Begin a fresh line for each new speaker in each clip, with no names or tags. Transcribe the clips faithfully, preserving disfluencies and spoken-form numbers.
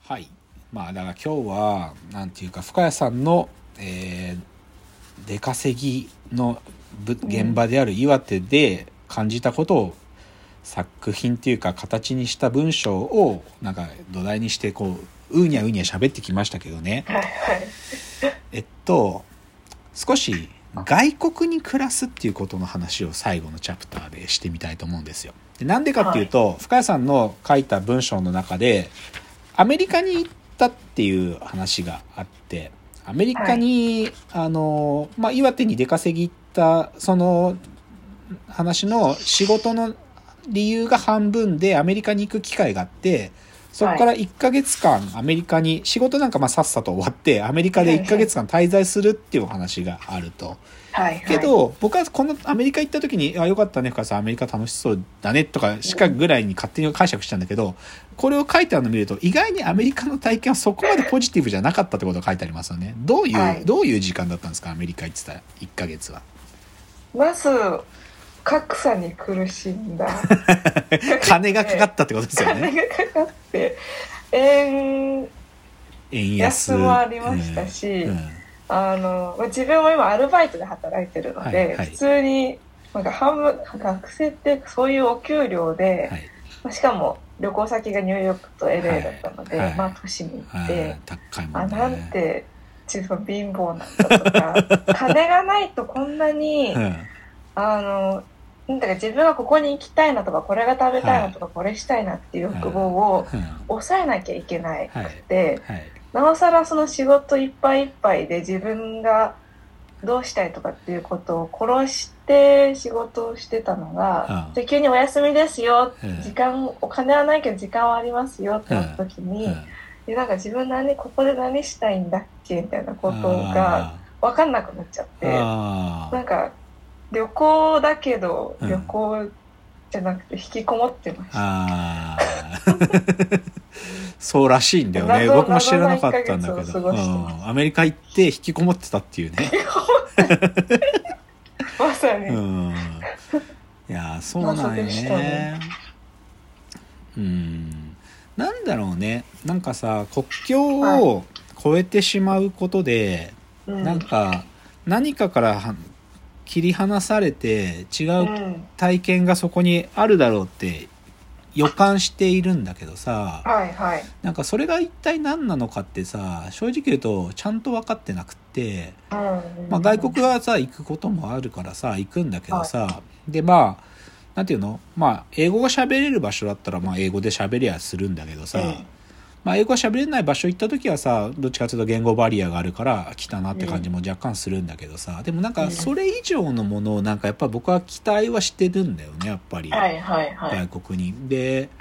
はい。まあだから今日はなんていうか深谷さんの、えー、出稼ぎの現場である岩手で感じたことを作品っていうか形にした文章をなんか土台にしてこううにゃうにゃ喋ってきましたけどね。
はいはい。
えっと少し外国に暮らすっていうことの話を最後のチャプターでしてみたいと思うんですよ。でなんでかっていうと、はい、深谷さんの書いた文章の中でアメリカに行ったっていう話があって、アメリカに、はい、あのまあ岩手に出稼ぎ行ったその話の仕事の理由が半分でアメリカに行く機会があって、そこからいっかげつかんアメリカに仕事なんかまあさっさと終わってアメリカでいっかげつかん滞在するっていうお話があると。はいはい、けど僕はこのアメリカ行った時にあよかったね深谷さんアメリカ楽しそうだねとかしかぐらいに勝手に解釈したんだけど、これを書いてあるのを見ると意外にアメリカの体験はそこまでポジティブじゃなかったってことが書いてありますよね。どういう、はい、どういう時間だったんですかアメリカ行ってたいっかげつは。
まず格差に苦しんだ
金がかかったってことですよね。
金がかかって円
円
安もありましたし、うんうん、あの自分も今アルバイトで働いてるので、はいはい、普通になんか半分学生ってそういうお給料で、はい、しかも旅行先がニューヨークと エルエー だったので、はいはい、まあ都市に行って、
高いもんね、
あなんて自分貧乏なんだとか金がないとこんなに、うん、あのなんだか自分はここに行きたいなとかこれが食べたいなとか、はい、これしたいなっていう欲望を抑えなきゃいけなくて、はいはい、なおさらその仕事いっぱいいっぱいで自分がどうしたいとかっていうことを殺して仕事をしてたのが、うん、で急にお休みですよ、うん、時間お金はないけど時間はありますよってなった時に、うんうん、でなんか自分何ここで何したいんだっけみたいなことが分かんなくなっちゃって、なんか旅行だけど旅行じゃなくて引きこもってました、うん、あ
そうらしいんだよね。僕も知らなかったんだけど、うん、アメリカ行って引きこもってたっていうね
まさに、うん、
いやそうなんよね、ね、うんなんだろうね、なんかさ国境を越えてしまうことで、はい、なんか何かから切り離されて違う体験がそこにあるだろうって予感しているんだけどさ、
はいはい、
なんかそれが一体何なのかってさ正直言うとちゃんと分かってなくって、うんまあ、外国はさ行くこともあるからさ行くんだけどさ、はい、でまあなんていうのまあ英語が喋れる場所だったらまあ英語で喋りゃするんだけどさ、うんまあ、英語が喋れない場所行った時はさどっちかというと言語バリアがあるから来たなって感じも若干するんだけどさ、うん、でもなんかそれ以上のものをなんかやっぱ僕は期待はしてるんだよねやっぱり、
はいはいはい、
外国に。で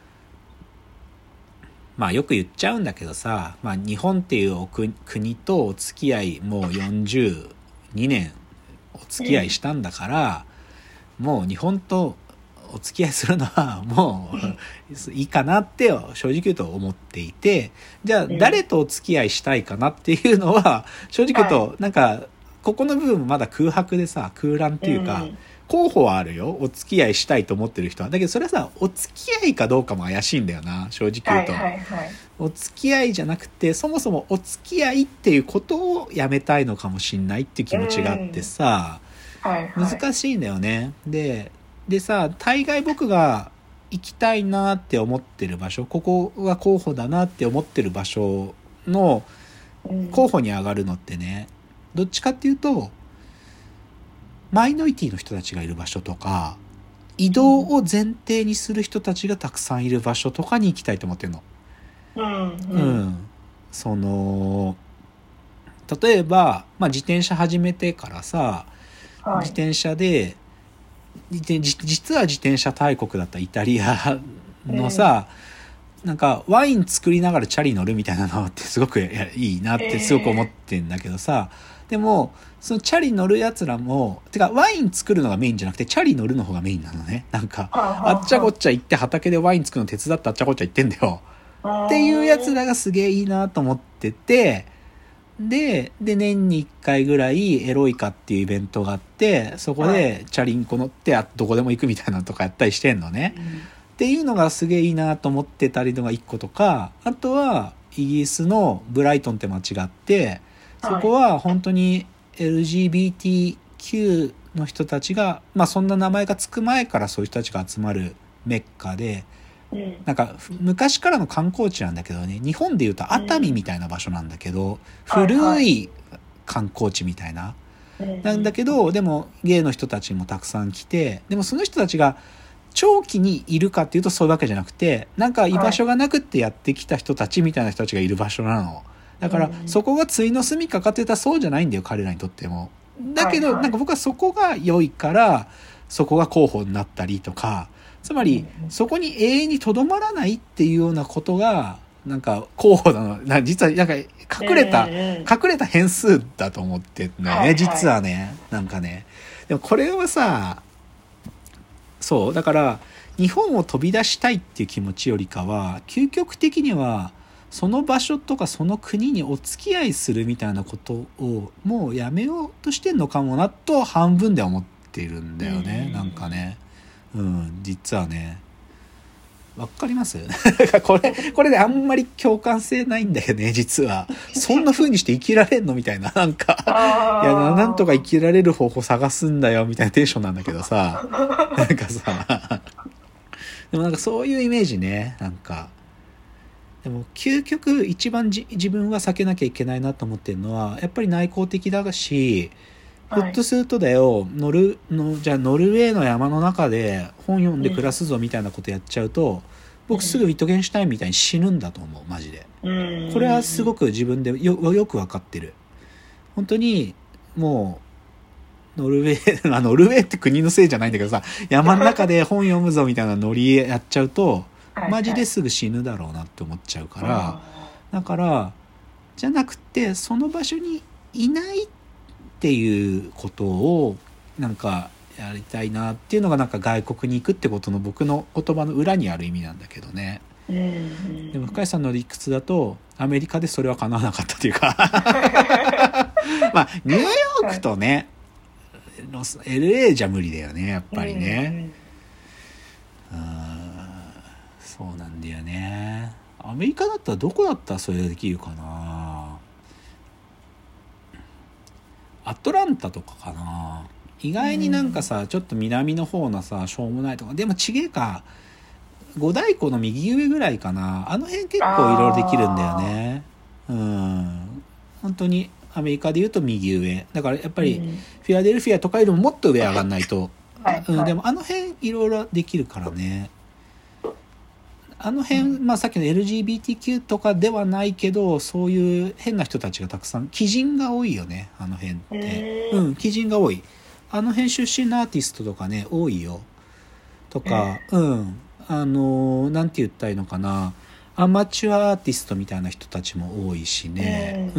まあよく言っちゃうんだけどさ、まあ、日本っていう国とお付き合いもうよんじゅうにねんお付き合いしたんだから、うん、もう日本とお付き合いするのはもういいかなって正直言うと思っていて、じゃあ誰とお付き合いしたいかなっていうのは正直言うとなんかここの部分まだ空白でさ空欄っていうか候補はあるよお付き合いしたいと思ってる人は。だけどそれはさお付き合いかどうかも怪しいんだよな正直言うと、はいはいはい、お付き合いじゃなくてそもそもお付き合いっていうことをやめたいのかもしんないっていう気持ちがあってさ、はいはい、難しいんだよね。ででさ大概僕が行きたいなって思ってる場所ここが候補だなって思ってる場所の候補に上がるのってねどっちかっていうとマイノリティの人たちがいる場所とか移動を前提にする人たちがたくさんいる場所とかに行きたいと思ってるの、
うんうん
うん、その例えば、まあ、自転車始めてからさ、はい、自転車で実は自転車大国だったイタリアのさ、えー、なんかワイン作りながらチャリ乗るみたいなのってすごくいいなってすごく思ってんだけどさ、えー、でもそのチャリ乗るやつらもてかワイン作るのがメインじゃなくてチャリ乗るの方がメインなのね。なんかあっちゃこっちゃ行って畑でワイン作るの手伝ってあっちゃこっちゃ行ってんだよっていうやつらがすげえいいなと思ってて、でで年にいっかいぐらいエロイカっていうイベントがあってそこでチャリンコ乗ってあどこでも行くみたいなのとかやったりしてんのね、うん、っていうのがすげえいいなと思ってたりのがいっことか、あとはイギリスのブライトンって街があって、そこは本当に エルジービーティーキュー の人たちが、まあそんな名前がつく前からそういう人たちが集まるメッカで、なんか昔からの観光地なんだけどね、日本でいうと熱海みたいな場所なんだけど、古い観光地みたいななんだけど、でもゲイの人たちもたくさん来て、でもその人たちが長期にいるかっていうとそういうわけじゃなくて、なんか居場所がなくってやってきた人たちみたいな人たちがいる場所なの。だからそこが対の住みかかって言ったらそうじゃないんだよ、彼らにとっても。だけどなんか僕はそこが良いからそこが候補になったりとか、つまりそこに永遠にとどまらないっていうようなことがなんか候補なの。な実はなんか隠れた、隠れた変数だと思ってるんだよね、実はね。なんかね。でもこれはさ、そうだから日本を飛び出したいっていう気持ちよりかは、究極的にはその場所とかその国にお付き合いするみたいなことをもうやめようとしてんのかもなと半分で思っているんだよね、なんかね。うん、実はね。わかりますこれ、これであんまり共感性ないんだよね、実は。そんな風にして生きられんのみたいな。なんか、いや、なんとか生きられる方法探すんだよ、みたいなテンションなんだけどさ。なんかさ。でもなんかそういうイメージね、なんか。でも究極一番じ自分は避けなきゃいけないなと思ってるのは、やっぱり内向的だし、ひょっとするとだよ、ノルのじゃあノルウェーの山の中で本読んで暮らすぞみたいなことやっちゃうと、僕すぐウィトゲンシュタインみたいに死ぬんだと思う、マジで。これはすごく自分で よ, よく分かってる。本当にもうノルウェーノルウェーって国のせいじゃないんだけどさ、山の中で本読むぞみたいなノリやっちゃうとマジですぐ死ぬだろうなって思っちゃうから、だからじゃなくてその場所にいないっていうことをなんかやりたいなっていうのが、なんか外国に行くってことの僕の言葉の裏にある意味なんだけどね。でも深井さんの理屈だとアメリカでそれは叶わなかったというかまあニューヨークとね エルエー じゃ無理だよね、やっぱりね。うん、そうなんだよね。アメリカだったらどこだったらそれできるかな。アトランタとかかな。意外になんかさ、ちょっと南の方のさ、しょうもないとか、でもちげえか、五大湖の右上ぐらいかな、あの辺結構いろいろできるんだよね。うん、本当にアメリカで言うと右上だから、やっぱりフィラデルフィアとかよりももっと上上がんないと、うん、でもあの辺いろいろできるからね。あの辺、まあさっきの エルジービーティーキュー とかではないけど、そういう変な人たちがたくさん、鬼人が多いよね、あの辺って。うん、鬼人が多い。あの辺出身のアーティストとかね、多いよ。とか、うん、あの、なんて言ったらいいのかな、アマチュアアーティストみたいな人たちも多いしね、うん、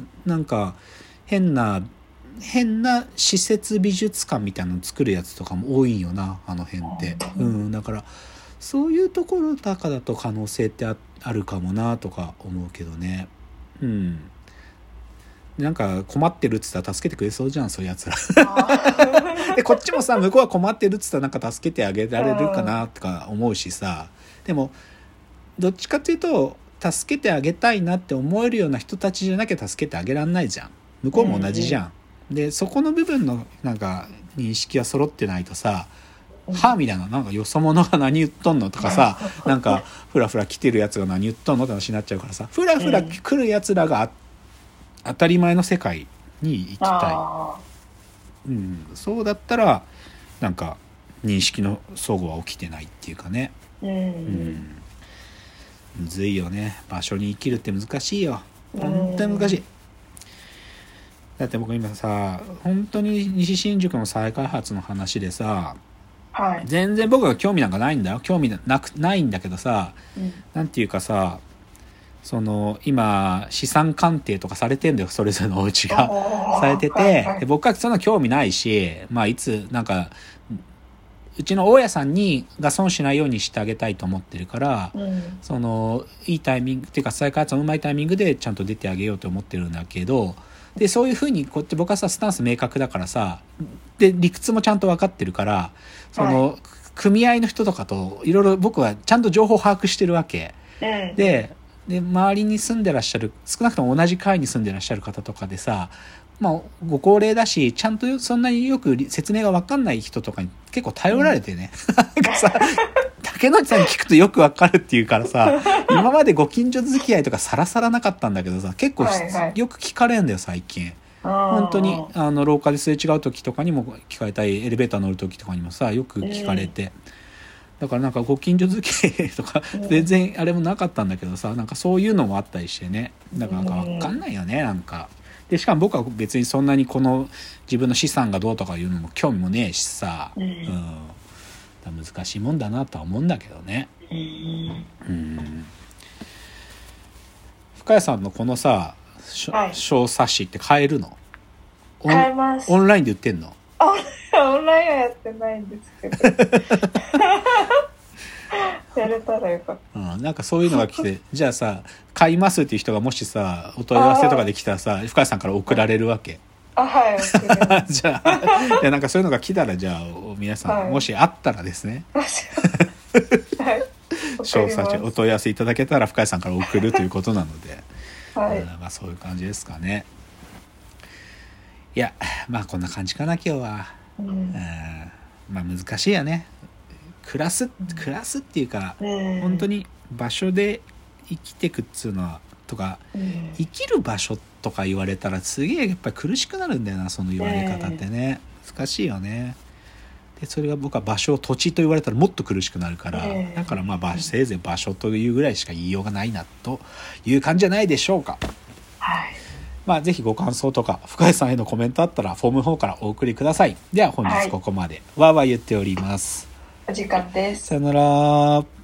なんか変な変な施設美術館みたいなの作るやつとかも多いよな、あの辺って。うん、だからそういうところだからだと可能性って あ, あるかもなとか思うけどね。うん。なんか困ってるっつったら助けてくれそうじゃん、そういうやつらでこっちもさ、向こうは困ってるっつったらなんか助けてあげられるかなとか思うしさ、でもどっちかっていうと助けてあげたいなって思えるような人たちじゃなきゃ助けてあげらんないじゃん。向こうも同じじゃん、うん、でそこの部分のなんか認識は揃ってないとさ、はぁみたいな、なんかよそ者が何言っとんのとかさ、なんかフラフラ来てるやつが何言っとんのって話になっちゃうからさ、フラフラ来るやつらが当たり前の世界に行きたい、うん、そうだったらなんか認識の齟齬は起きてないっていうかね、うん、うん、むずいよね。場所に生きるって難しいよ、本当に難しい。だって僕今さ、本当に西新宿の再開発の話でさ、はい、全然僕は興味なんかないんだよ、興味なくないんだけどさ、うん、なんていうかさ、その今資産鑑定とかされてんだよ、それぞれのお家がされてて、はいはい、で僕はそんな興味ないし、まあいつなんかうちの大家さんにが損しないようにしてあげたいと思ってるから、うん、そのいいタイミングっていうか再開発のうまいタイミングでちゃんと出てあげようと思ってるんだけど、でそういう風にこっち僕はさスタンス明確だからさ、で理屈もちゃんと分かってるから、その、はい、組合の人とかといろいろ僕はちゃんと情報を把握してるわけ、うん、でで周りに住んでらっしゃる、少なくとも同じ階に住んでらっしゃる方とかでさ、まあご高齢だしちゃんとそんなによく説明が分かんない人とかに結構頼られてね、うん、なんかさ竹野内さんに聞くとよく分かるっていうからさ、今までご近所付き合いとかさらさらなかったんだけどさ、結構、はいはい、よく聞かれるんだよ最近。本当にあの廊下ですれ違う時とかにも聞かれたり、エレベーター乗る時とかにもさよく聞かれて、えー、だからなんかご近所付き合いとか全然あれもなかったんだけどさ、なんかそういうのもあったりしてね、だからなんか分かんないよね、なんか。でしかも僕は別にそんなにこの自分の資産がどうとかいうのも興味もねえしさ、うん、うん、難しいもんだなとは思うんだけどね。うん、深谷さんのこのさ、はい、小冊子って買えるの？
買えます。
オンラインで売ってんの？
オンラインはやってないんですけどやれたらよかった、
うん、なんかそういうのが来てじゃあさ買いますっていう人がもしさお問い合わせとかできたらさ深谷さんから送られるわけ？
あ、はい、送ります
じゃあいやなんかそういうのが来たらじゃあ皆さん、はい、もしあったらですねはい詳細お問い合わせいただけたら深谷さんから送るということなので、はい、まあそういう感じですかね。いやまあこんな感じかな今日は、うん、まあ難しいよね暮らす暮らすっていうか、うん、本当に場所で生きてくっつうのはとか、うん、生きる場所とか言われたらすげえやっぱり苦しくなるんだよな、その言われ方ってね、難しいよね。でそれが僕は場所土地と言われたらもっと苦しくなるから、だからまあせいぜい場所というぐらいしか言いようがないなという感じじゃないでしょうか。
はい、
まあぜひご感想とか深谷さんへのコメントあったらフォームの方からお送りください。では本日ここまで、はい、わーわー言っております。
お時間です。
さよなら。